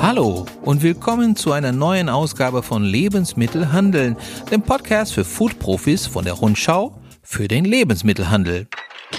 Hallo und willkommen zu einer neuen Ausgabe von Lebensmittelhandeln, dem Podcast für Food-Profis von der Rundschau für den Lebensmittelhandel.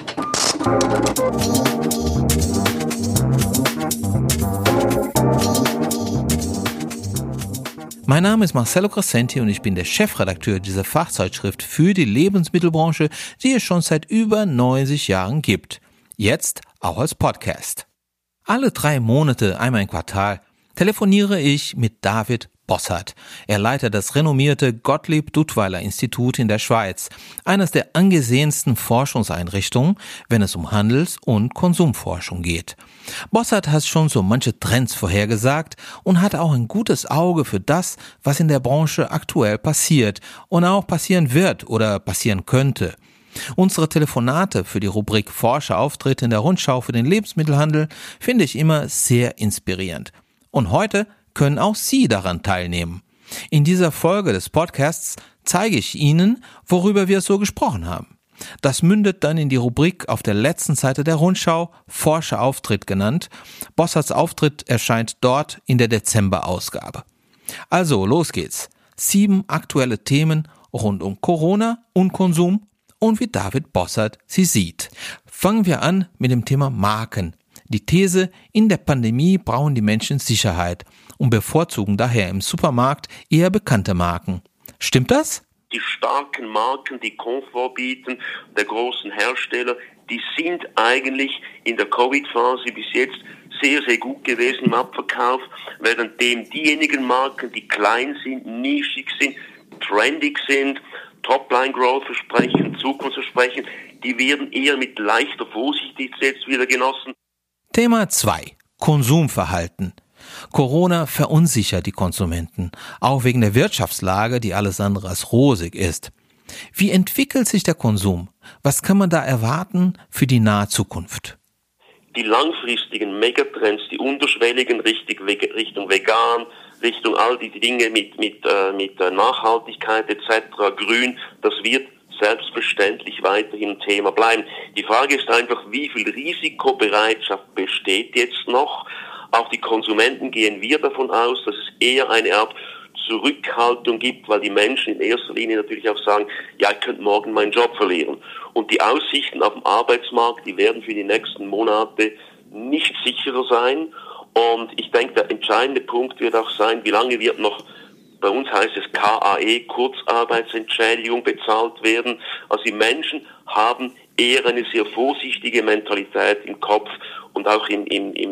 Mein Name ist Marcello Crescenti und ich bin der Chefredakteur dieser Fachzeitschrift für die Lebensmittelbranche, die es schon seit über 90 Jahren gibt. Jetzt auch als Podcast. Alle 3 Monate, einmal im Quartal, telefoniere ich mit David Bossert. Er leitet das renommierte Gottlieb-Duttweiler-Institut in der Schweiz, eines der angesehensten Forschungseinrichtungen, wenn es um Handels- und Konsumforschung geht. Bossert hat schon so manche Trends vorhergesagt und hat auch ein gutes Auge für das, was in der Branche aktuell passiert und auch passieren wird oder passieren könnte. Unsere Telefonate für die Rubrik Forscherauftritte in der Rundschau für den Lebensmittelhandel finde ich immer sehr inspirierend. Und heute können auch Sie daran teilnehmen. In dieser Folge des Podcasts zeige ich Ihnen, worüber wir so gesprochen haben. Das mündet dann in die Rubrik auf der letzten Seite der Rundschau, Forscherauftritt genannt. Bosserts Auftritt erscheint dort in der Dezemberausgabe. Also, los geht's. 7 aktuelle Themen rund um Corona und Konsum und wie David Bossert sie sieht. Fangen wir an mit dem Thema Marken. Die These, in der Pandemie brauchen die Menschen Sicherheit und bevorzugen daher im Supermarkt eher bekannte Marken. Stimmt das? Die starken Marken, die Komfort bieten, der großen Hersteller, die sind eigentlich in der Covid-Phase bis jetzt sehr, sehr gut gewesen im Abverkauf, währenddem diejenigen Marken, die klein sind, nischig sind, trendig sind, Topline-Growth versprechen, Zukunftsversprechen, die werden eher mit leichter Vorsicht jetzt wieder genossen. Thema 2. Konsumverhalten. Corona verunsichert die Konsumenten, auch wegen der Wirtschaftslage, die alles andere als rosig ist. Wie entwickelt sich der Konsum? Was kann man da erwarten für die nahe Zukunft? Die langfristigen Megatrends, die unterschwelligen Richtung vegan, Richtung all die Dinge mit Nachhaltigkeit etc., Grün, das wird selbstverständlich weiterhin ein Thema bleiben. Die Frage ist einfach, wie viel Risikobereitschaft besteht jetzt noch? Auch die Konsumenten gehen wir davon aus, dass es eher eine Art Zurückhaltung gibt, weil die Menschen in erster Linie natürlich auch sagen, ja, ich könnte morgen meinen Job verlieren. Und die Aussichten auf dem Arbeitsmarkt, die werden für die nächsten Monate nicht sicherer sein. Und ich denke, der entscheidende Punkt wird auch sein, wie lange wird noch, bei uns heißt es KAE, Kurzarbeitsentschädigung, bezahlt werden. Also die Menschen haben eher eine sehr vorsichtige Mentalität im Kopf und auch im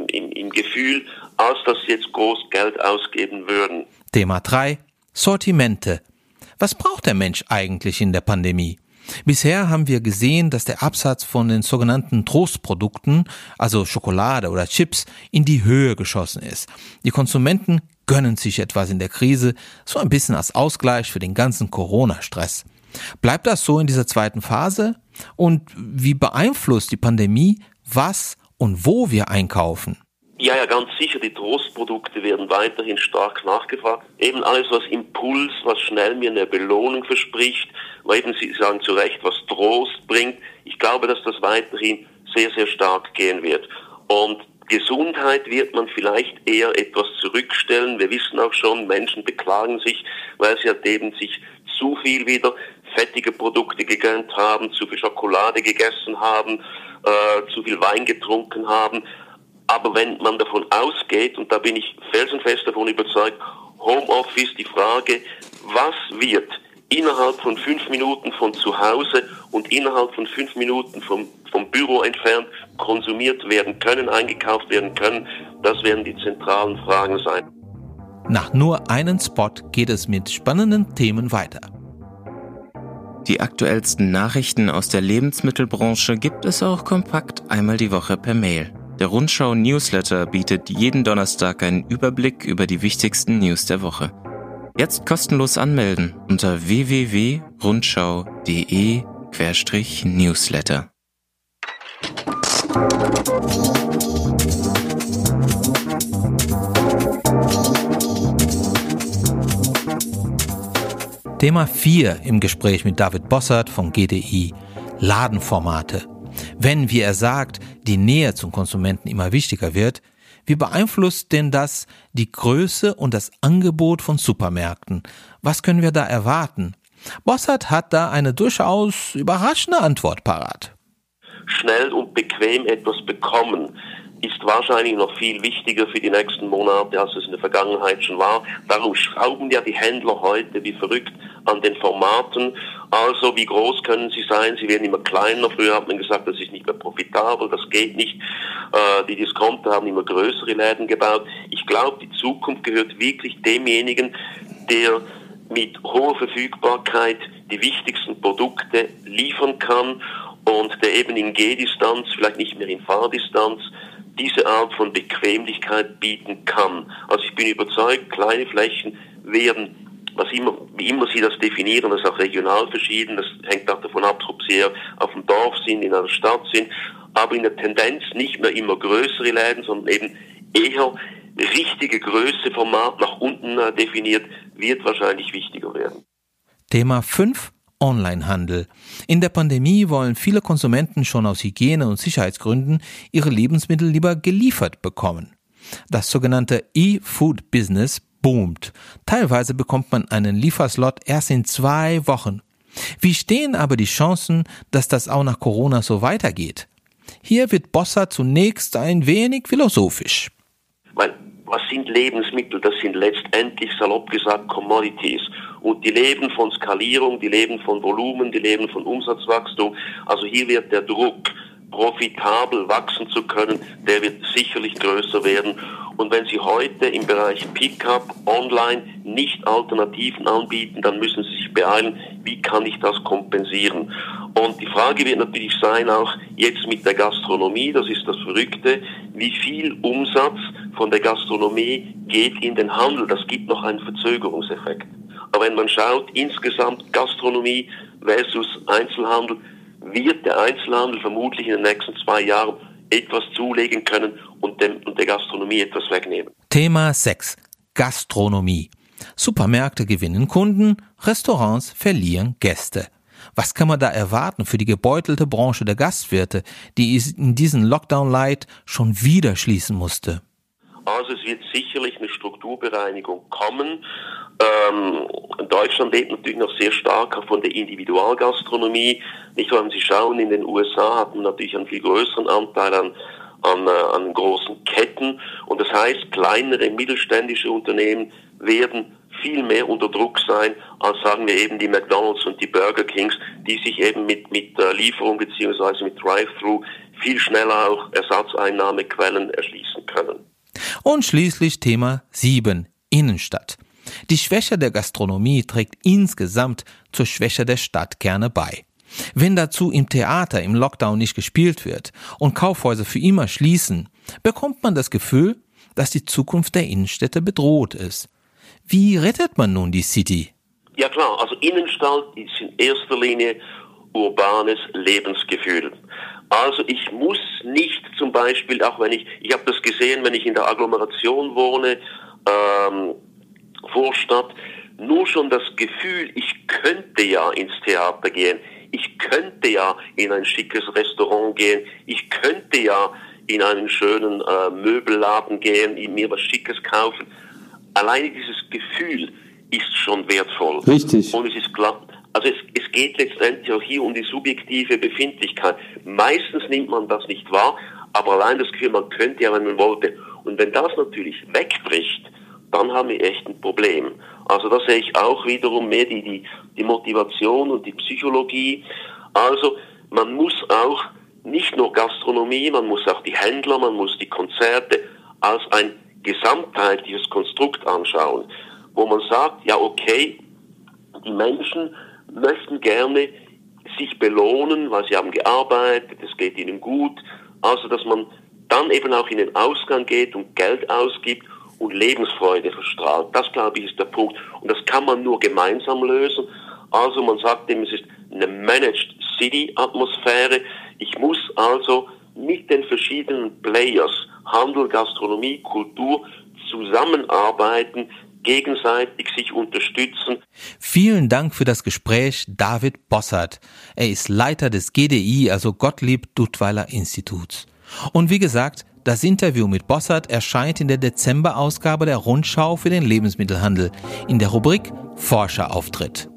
Gefühl, als dass sie jetzt groß Geld ausgeben würden. Thema 3. Sortimente. Was braucht der Mensch eigentlich in der Pandemie? Bisher haben wir gesehen, dass der Absatz von den sogenannten Trostprodukten, also Schokolade oder Chips, in die Höhe geschossen ist. Die Konsumenten gönnen sich etwas in der Krise, so ein bisschen als Ausgleich für den ganzen Corona-Stress. Bleibt das so in dieser zweiten Phase? Und wie beeinflusst die Pandemie, was und wo wir einkaufen? Ja, ganz sicher, die Trostprodukte werden weiterhin stark nachgefragt. Eben alles, was Impuls, was schnell mir eine Belohnung verspricht, weil eben Sie sagen zu Recht, was Trost bringt. Ich glaube, dass das weiterhin sehr, sehr stark gehen wird. Und Gesundheit wird man vielleicht eher etwas zurückstellen. Wir wissen auch schon, Menschen beklagen sich, weil sie halt eben sich zu viel wieder fettige Produkte gegönnt haben, zu viel Schokolade gegessen haben, zu viel Wein getrunken haben. Aber wenn man davon ausgeht, und da bin ich felsenfest davon überzeugt, Homeoffice, die Frage, was wird innerhalb von 5 Minuten von zu Hause und innerhalb von 5 Minuten vom Büro entfernt konsumiert werden können, eingekauft werden können, das werden die zentralen Fragen sein. Nach nur einem Spot geht es mit spannenden Themen weiter. Die aktuellsten Nachrichten aus der Lebensmittelbranche gibt es auch kompakt einmal die Woche per Mail. Der Rundschau-Newsletter bietet jeden Donnerstag einen Überblick über die wichtigsten News der Woche. Jetzt kostenlos anmelden unter www.rundschau.de/newsletter. Thema 4 im Gespräch mit David Bossert von GDI: Ladenformate. Wenn, wie er sagt, die Nähe zum Konsumenten immer wichtiger wird, Wie beeinflusst denn das die Größe und das Angebot von Supermärkten? Was können wir da erwarten? Bossert hat da eine durchaus überraschende Antwort parat. Schnell und bequem etwas bekommen ist wahrscheinlich noch viel wichtiger für die nächsten Monate, als es in der Vergangenheit schon war. Darum schrauben ja die Händler heute wie verrückt an den Formaten. Also wie groß können sie sein? Sie werden immer kleiner. Früher hat man gesagt, das ist nicht mehr profitabel, das geht nicht. Die Discounter haben immer größere Läden gebaut. Ich glaube, die Zukunft gehört wirklich demjenigen, der mit hoher Verfügbarkeit die wichtigsten Produkte liefern kann und der eben in Gehdistanz, vielleicht nicht mehr in Fahrdistanz, diese Art von Bequemlichkeit bieten kann. Also ich bin überzeugt, kleine Flächen werden, wie immer Sie das definieren, das ist auch regional verschieden, das hängt auch davon ab, ob Sie auf dem Dorf sind, in einer Stadt sind, aber in der Tendenz nicht mehr immer größere Läden, sondern eben eher richtige Größe, Format nach unten definiert, wird wahrscheinlich wichtiger werden. Thema 5. Onlinehandel. In der Pandemie wollen viele Konsumenten schon aus Hygiene- und Sicherheitsgründen ihre Lebensmittel lieber geliefert bekommen. Das sogenannte E-Food-Business boomt. Teilweise bekommt man einen Lieferslot erst in 2 Wochen. Wie stehen aber die Chancen, dass das auch nach Corona so weitergeht? Hier wird Bossert zunächst ein wenig philosophisch. Weil, was sind Lebensmittel? Das sind letztendlich, salopp gesagt, Commodities. Und die leben von Skalierung, die leben von Volumen, die leben von Umsatzwachstum. Also hier wird der Druck, profitabel wachsen zu können, der wird sicherlich größer werden. Und wenn Sie heute im Bereich Pickup online nicht Alternativen anbieten, dann müssen Sie sich beeilen, wie kann ich das kompensieren? Und die Frage wird natürlich sein, auch jetzt mit der Gastronomie, das ist das Verrückte, wie viel Umsatz von der Gastronomie geht in den Handel? Das gibt noch einen Verzögerungseffekt. Aber wenn man schaut, insgesamt Gastronomie versus Einzelhandel, wird der Einzelhandel vermutlich in den nächsten 2 Jahren etwas zulegen können und der Gastronomie etwas wegnehmen. Thema 6. Gastronomie. Supermärkte gewinnen Kunden, Restaurants verlieren Gäste. Was kann man da erwarten für die gebeutelte Branche der Gastwirte, die in diesen Lockdown-Light schon wieder schließen musste? Also es wird sicherlich eine Strukturbereinigung kommen. Deutschland lebt natürlich noch sehr stark von der Individualgastronomie. Nicht wahr, wenn Sie schauen, in den USA hat man natürlich einen viel größeren Anteil an großen Ketten. Und das heißt, kleinere mittelständische Unternehmen werden viel mehr unter Druck sein, als sagen wir eben die McDonald's und die Burger Kings, die sich eben mit Lieferung beziehungsweise mit Drive-Thru viel schneller auch Ersatzeinnahmequellen erschließen können. Und schließlich Thema 7. Innenstadt. Die Schwäche der Gastronomie trägt insgesamt zur Schwäche der Stadtkerne bei. Wenn dazu im Theater im Lockdown nicht gespielt wird und Kaufhäuser für immer schließen, bekommt man das Gefühl, dass die Zukunft der Innenstädte bedroht ist. Wie rettet man nun die City? Ja klar, also Innenstadt ist in erster Linie urbanes Lebensgefühl. Also ich muss nicht zum Beispiel, auch wenn ich habe das gesehen, wenn ich in der Agglomeration wohne, Vorstadt, nur schon das Gefühl, ich könnte ja ins Theater gehen, ich könnte ja in ein schickes Restaurant gehen, ich könnte ja in einen schönen Möbelladen gehen, mir was Schickes kaufen. Alleine dieses Gefühl ist schon wertvoll. Richtig. Und es ist klar, also es geht letztendlich auch hier um die subjektive Befindlichkeit. Meistens nimmt man das nicht wahr, aber allein das Gefühl, man könnte ja, wenn man wollte. Und wenn das natürlich wegbricht, dann haben wir echt ein Problem. Also da sehe ich auch wiederum mehr die Motivation und die Psychologie. Also man muss auch nicht nur Gastronomie, man muss auch die Händler, man muss die Konzerte als ein gesamtheitliches Konstrukt anschauen, wo man sagt, ja okay, die Menschen möchten gerne sich belohnen, weil sie haben gearbeitet, es geht ihnen gut. Also dass man dann eben auch in den Ausgang geht und Geld ausgibt und Lebensfreude verstrahlt. Das, glaube ich, ist der Punkt. Und das kann man nur gemeinsam lösen. Also man sagt eben, es ist eine Managed City-Atmosphäre. Ich muss also mit den verschiedenen Players, Handel, Gastronomie, Kultur, zusammenarbeiten, gegenseitig sich unterstützen. Vielen Dank für das Gespräch, David Bossert. Er ist Leiter des GDI, also Gottlieb Duttweiler Instituts. Und wie gesagt, Das Interview mit Bossert erscheint in der Dezemberausgabe der Rundschau für den Lebensmittelhandel in der Rubrik Forscherauftritt.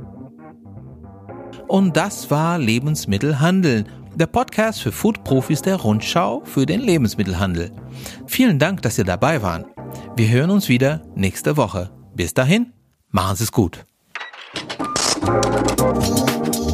Und das war Lebensmittelhandel, der Podcast für Food-Profis der Rundschau für den Lebensmittelhandel. Vielen Dank, dass ihr dabei wart. Wir hören uns wieder nächste Woche. Bis dahin, machen Sie es gut.